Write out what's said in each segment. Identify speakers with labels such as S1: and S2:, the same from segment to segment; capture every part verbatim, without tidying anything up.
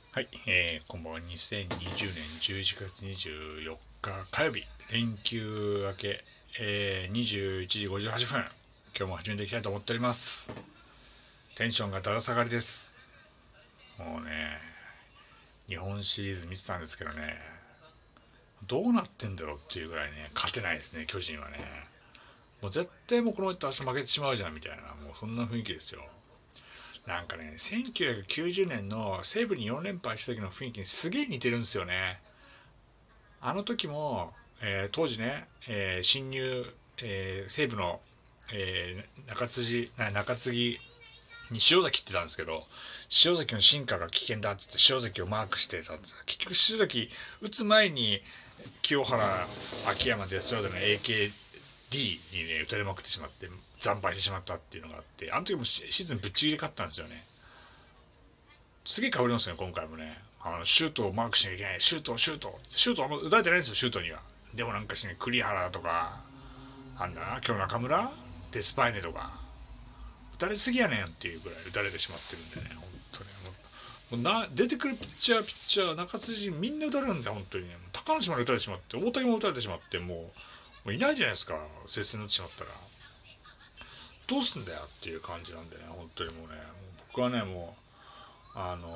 S1: はい、えー、こんばんは。にせんにじゅうねんじゅういちがつにじゅうよっか火曜日、連休明け、えー、にじゅういちじごじゅうはっぷん、今日も始めていきたいと思っております。テンションがだだ下がりです。もうね、日本シリーズ見てたんですけどね、どうなってんだろうっていうぐらいね、勝てないですね、巨人はね。もう絶対もうこの人明日負けてしまうじゃんみたいな、もうそんな雰囲気ですよ。なんかね、せんきゅうひゃくきゅうじゅうねんの西武によん連敗した時の雰囲気にすげえ似てるんですよね。あの時も、えー当時ね、えー新入、えー西武の、えー中継ぎ中継ぎに塩崎って言ったんですけど、塩崎の進化が危険だっつって塩崎をマークしてたんです。結局塩崎打つ前に清原秋山デストラードの エーケーディー にね打たれまくってしまって惨敗してしまったっていうのがあって、あの時もシーズンぶっちぎり勝ったんですよね。すげえ変わりますね、今回もね。あのシュートをマークしなきゃいけない。シュート、シュート。シュートあんま打たれてないんですよ、シュートには。でもなんかしね、栗原とか、なんだな、今日中村デスパイネとか、打たれすぎやねんっていうぐらい打たれてしまってるんでね、本当に。もうな出てくるピッチャー、ピッチャー、中継ぎみんな打たれるんだよ、本当にね。高梨まで打たれてしまって、大谷も打たれてしまって、もう、もういないじゃないですか、接戦になってしまったら。どうすんだよっていう感じなんでね、本当にもうね、もう僕はね、もう、あの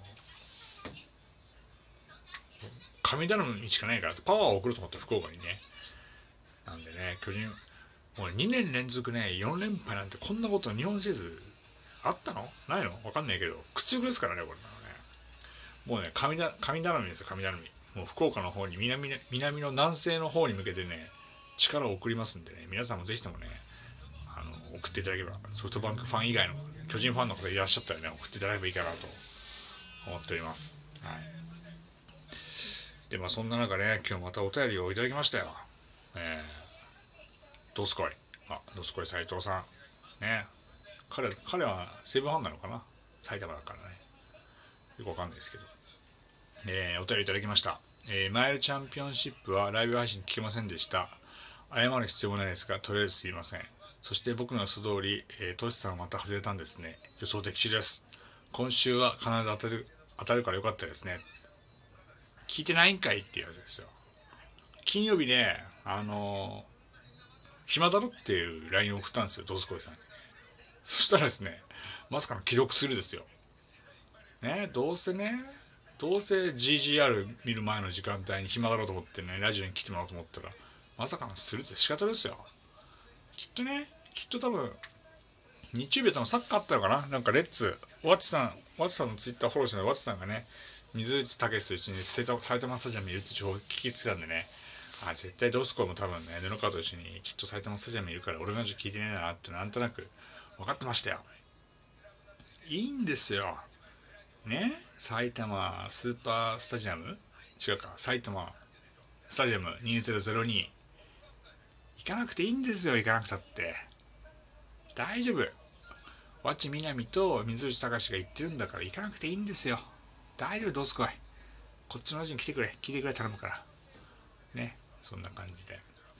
S1: 神頼みしかないからパワーを送ると思った福岡にね。なんでね、巨人、もうにねん連続ね、よん連敗なんてこんなこと日本シリーズあったのないのわかんないけど、屈辱ですからね、これね。もうね、神だ神頼みですよ、神頼み。もう福岡の方に南、南の南西の方に向けてね、力を送りますんでね、皆さんもぜひともね、あの送っていただければ、ソフトバンクファン以外の巨人ファンの方いらっしゃったらね、送っていただければいいかなと思っております。はい。で、まあそんな中ね、今日またお便りをいただきましたよ。えー、ドスコイ。あ、ドスコイ斉藤さん。ね。彼、彼は西武ファンなのかな、埼玉だからね。よくわかんないですけど。えー、お便りいただきました。えー、マイルチャンピオンシップはライブ配信聞けませんでした。謝る必要もないですが、とりあえずすいません。そして僕の予想通り、えー、トシさんはまた外れたんですね。予想的中です。今週は必ず当たる、当たるからよかったですね。聞いてないんかいっていうやつですよ。金曜日ね、あのー暇だろっていう ライン を送ったんですよ、ドスコイさんに。そしたらですね、まさかの既読するですよ。ね、どうせね、どうせ ジージーアール 見る前の時間帯に暇だろうと思ってね、ラジオに来てもらおうと思ったら、まさかのするって仕方ですよ。きっとね、きっと多分、日曜日は多分サッカーあったのかな、なんかレッツ、ワッチさん、ワッチさんのツイッターフォローしてないワッチさんがね、水内武と一緒に埼玉スタジアムにいるって情報聞きつけたんでね、あ、絶対ドスコイも多分ね、布川と一緒にきっと埼玉スタジアムにいるから俺の話聞いてねえなってなんとなく分かってましたよ。いいんですよ。ね、埼玉スーパースタジアム違うか、埼玉スタジアムにせんに行かなくていいんですよ、行かなくたって。大丈夫。和知南と水内隆が言ってるんだから行かなくていいんですよ。大丈夫、どうすこい。こっちの味に来てくれ。聞いてくれ、頼むから。ね、そんな感じで。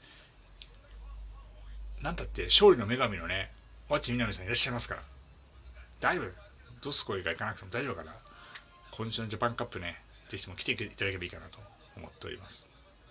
S1: なんたって勝利の女神のね、和知南さんいらっしゃいますから。大丈夫。どすこいが行かなくても大丈夫かな。今週のジャパンカップね、ぜひとも来ていただければいいかなと思っております。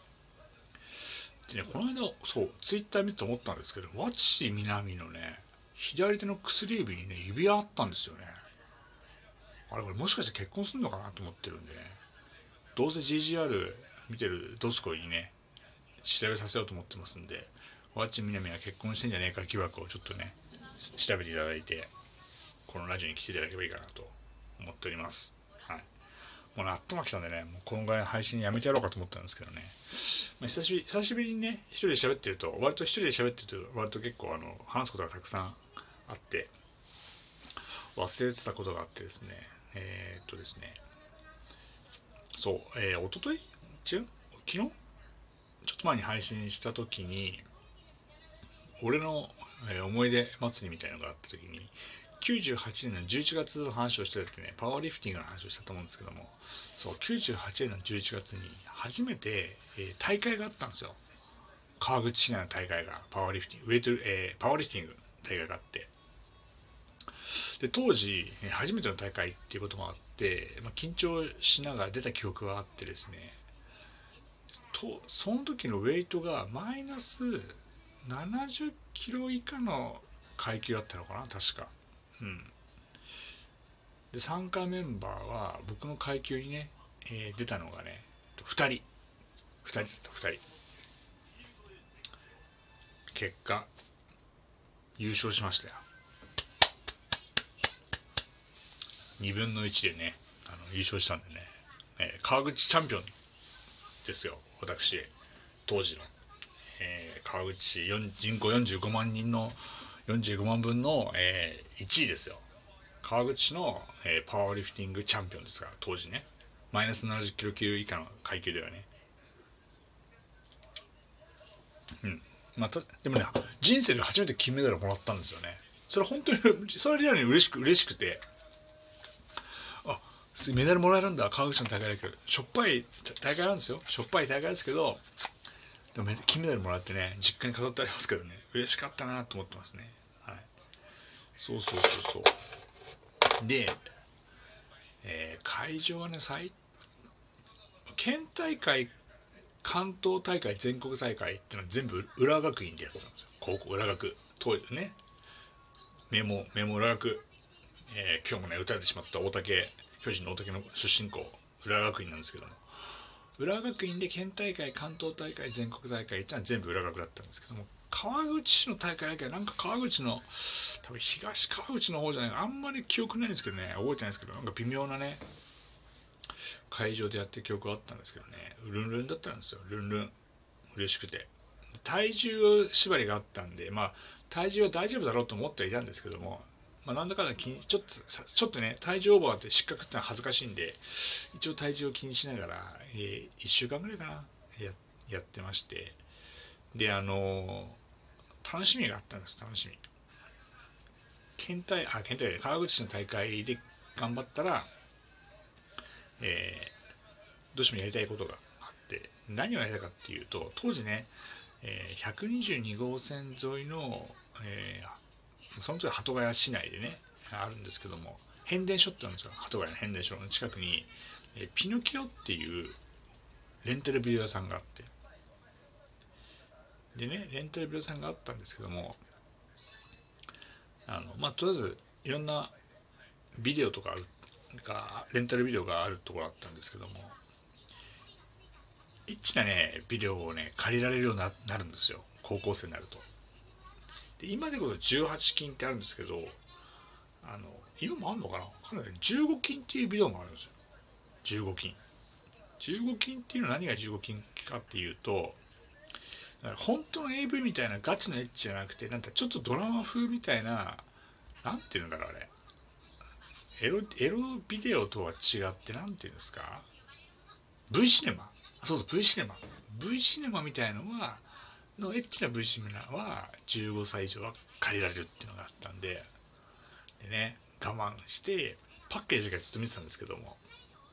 S1: でね、この間、そう、ツイッター見て思ったんですけど、和知南のね、左手の薬指にね、指輪あったんですよね。あれ、これもしかして結婚するのかなと思ってるんでね、どうせ ジージーアール 見てるドスコイにね、調べさせようと思ってますんで、和知南は結婚してんじゃねえか疑惑をちょっとね、調べていただいて、このラジオに来ていただければいいかなと思っております。はい。もう納豆が来たんでね、もう今後配信やめてやろうかと思ったんですけどね。まあ、久しぶり久しぶりにね、一人で喋ってると、割と一人で喋ってると、割と結構あの話すことがたくさんあって、忘れてたことがあってですね、えー、っとですね、そう、えー、おととい違う昨日ちょっと前に配信した時に、俺の、えー思い出祭りみたいなのがあった時に、きゅうじゅうはちねんのじゅういちがつの話をしてた時ね、パワーリフティングの話をしたと思うんですけども、そう、きゅうじゅうはちねんのじゅういちがつに初めて、えー大会があったんですよ。川口市内の大会が、パワーリフティング、ウェイト、えーパワーリフティング大会があって、 で当時初めての大会っていうこともあって、まあ、緊張しながら出た記憶があってですね、とその時のウェイトがマイナスななじゅっキロ以下の階級だったのかな確か。うんで参加メンバーは僕の階級にね、えー、出たのがねふたりふたりだったふたり。結果優勝しましたよ。にぶんのいちでねあの優勝したんでね、えー、川口チャンピオンですよ私当時の、えー、川口市人口よんじゅうごまん人のよんじゅうごまんぶんの、えー、いちいですよ。川口市の、えー、パワーリフティングチャンピオンですから当時ねマイナスななじゅっキロ級以下の階級ではね。うんまあ、でもね人生で初めて金メダルもらったんですよね。それは本当にそれはリアルに嬉しく嬉しくて、あメダルもらえるんだ川口の大会だけどしょっぱい大会なんですよ。しょっぱい大会ですけどでも金メダルもらってね実家に飾ってありますけどね嬉しかったなと思ってますね。はい、そうそうそうそうで、えー、会場はね最県大会関東大会全国大会っていうのは全部浦和学院でやってたんですよ。高校浦学当時ね名門名門浦学、えー、今日もね打たれてしまった大竹巨人の大竹の出身校浦和学院なんですけども浦和学院で県大会関東大会全国大会っていうのは全部浦和学だったんですけども川口市の大会だけはなんか川口の多分東川口の方じゃないあんまり記憶ないんですけどね覚えてないですけどなんか微妙なね会場でやってる記憶があったんですけどねルンルンだったんですよ。ルンルン嬉しくて体重縛りがあったんでまあ体重は大丈夫だろうと思ってはいたんですけども、まあ、なんだかんだ気にちょっとちょっとね体重オーバーって失格ってのは恥ずかしいんで一応体重を気にしながら、えー、いっしゅうかんぐらいかな や, やってましてであのー、楽しみがあったんです楽しみ県大あ県大川口市の大会で頑張ったら、えー、どうしてもやりたいことがあって何をやりたいかっていうと当時ねえー、ひゃくにじゅうにごうせん沿いの、えー、その時は鳩ヶ谷市内でねあるんですけども変電所ってあるんですよ。鳩ヶ谷の変電所の近くに、えー、ピノキオっていうレンタルビデオ屋さんがあってでねレンタルビデオ屋さんがあったんですけどもあのまあとりあえずいろんなビデオとかがレンタルビデオがあるところだったんですけどもエッチなねビデオをね借りられるようになるんですよ高校生になると。で今でこそじゅうはちきんってあるんですけどあの今もあるのかなかなりじゅうごきんっていうビデオもあるんですよ。じゅうごきんじゅうごきんっていうのは何がじゅうごきんかっていうと本当の エーブイ みたいなガチのエッチじゃなくてなんかちょっとドラマ風みたいななんていうんだろうあれエロエロビデオとは違ってなんていうんですか V シネマそうそう V シネマ V シネマみたいのはのエッチな V シネマはじゅうごさい以上は借りられるっていうのがあったんででね我慢してパッケージがずっと見てたんですけども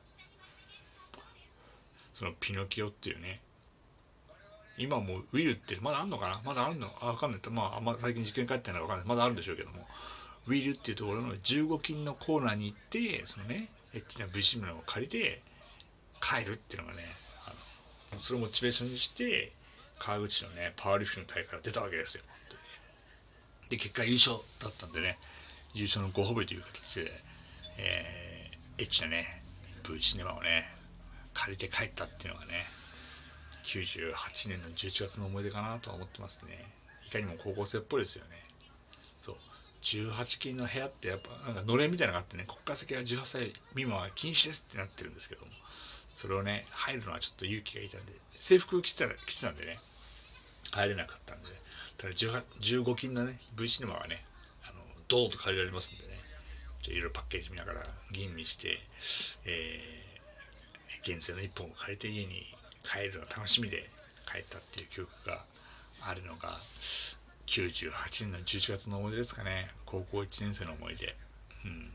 S1: そのピノキオっていうね今もうウィルってまだあるのかなまだあるのあ分かんないまああんま最近実験帰ってないのか分かんないまだあるんでしょうけどもウィルっていうところのじゅうごきんのコーナーに行ってそのねエッチな V シネマを借りて帰るっていうのがねあのそれをモチベーションにして川口のねパワーリフティングの大会が出たわけですよ。で結果優勝だったんでね優勝のご褒美という形で、えー、エッチなね V シネマをね借りて帰ったっていうのがねきゅうじゅうはちねんのじゅういちがつの思い出かなと思ってますね。いかにも高校生っぽいですよね。そうじゅうはちきんの部屋ってやっぱなんかのれんみたいなのがあってねここから先はじゅうはっさい未満は禁止ですってなってるんですけどもそれをね入るのはちょっと勇気がいたんで制服着てた着てたんでね入れなかったんで、ね、ただじゅうごきんのね V シネマはねあのドーンと借りられますんでねいろいろパッケージ見ながら吟味して、えー、厳正のいっぽんを借りて家に帰るのが楽しみで帰ったっていう記憶があるのがきゅうじゅうはちねんのじゅういちがつの思い出ですかね。高校いちねん生の思い出、うん、で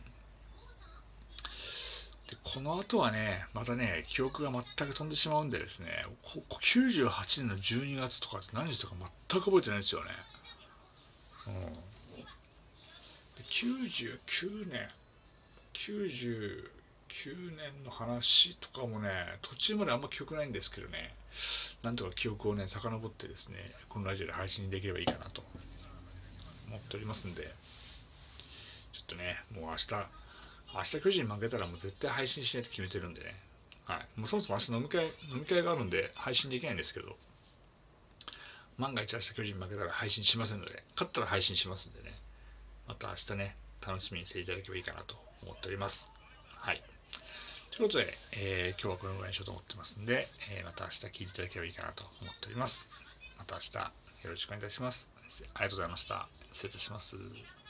S1: この後はねまたね記憶が全く飛んでしまうんでですねきゅうじゅうはちねんのじゅうにがつとかって何したか全く覚えてないんですよね、うん、できゅうじゅうきゅうねんきゅうじゅうきゅうねんの話とかもね、途中まであんま記憶ないんですけどね、なんとか記憶をね遡ってですね、このラジオで配信できればいいかなと思っておりますんで、ちょっとね、もう明日明日くじに負けたらもう絶対配信しないと決めてるんでね、はい、もうそもそも明日飲み会飲み会があるんで配信できないんですけど、万が一明日巨人負けたら配信しませんので、勝ったら配信しますんでね、また明日ね、楽しみにしていただければいいかなと思っております。はい。ということで、えー、今日はこのぐらいにしようと思ってますんで、えー、また明日聞いていただければいいかなと思っております。また明日よろしくお願いいたします。ありがとうございました。失礼いたします。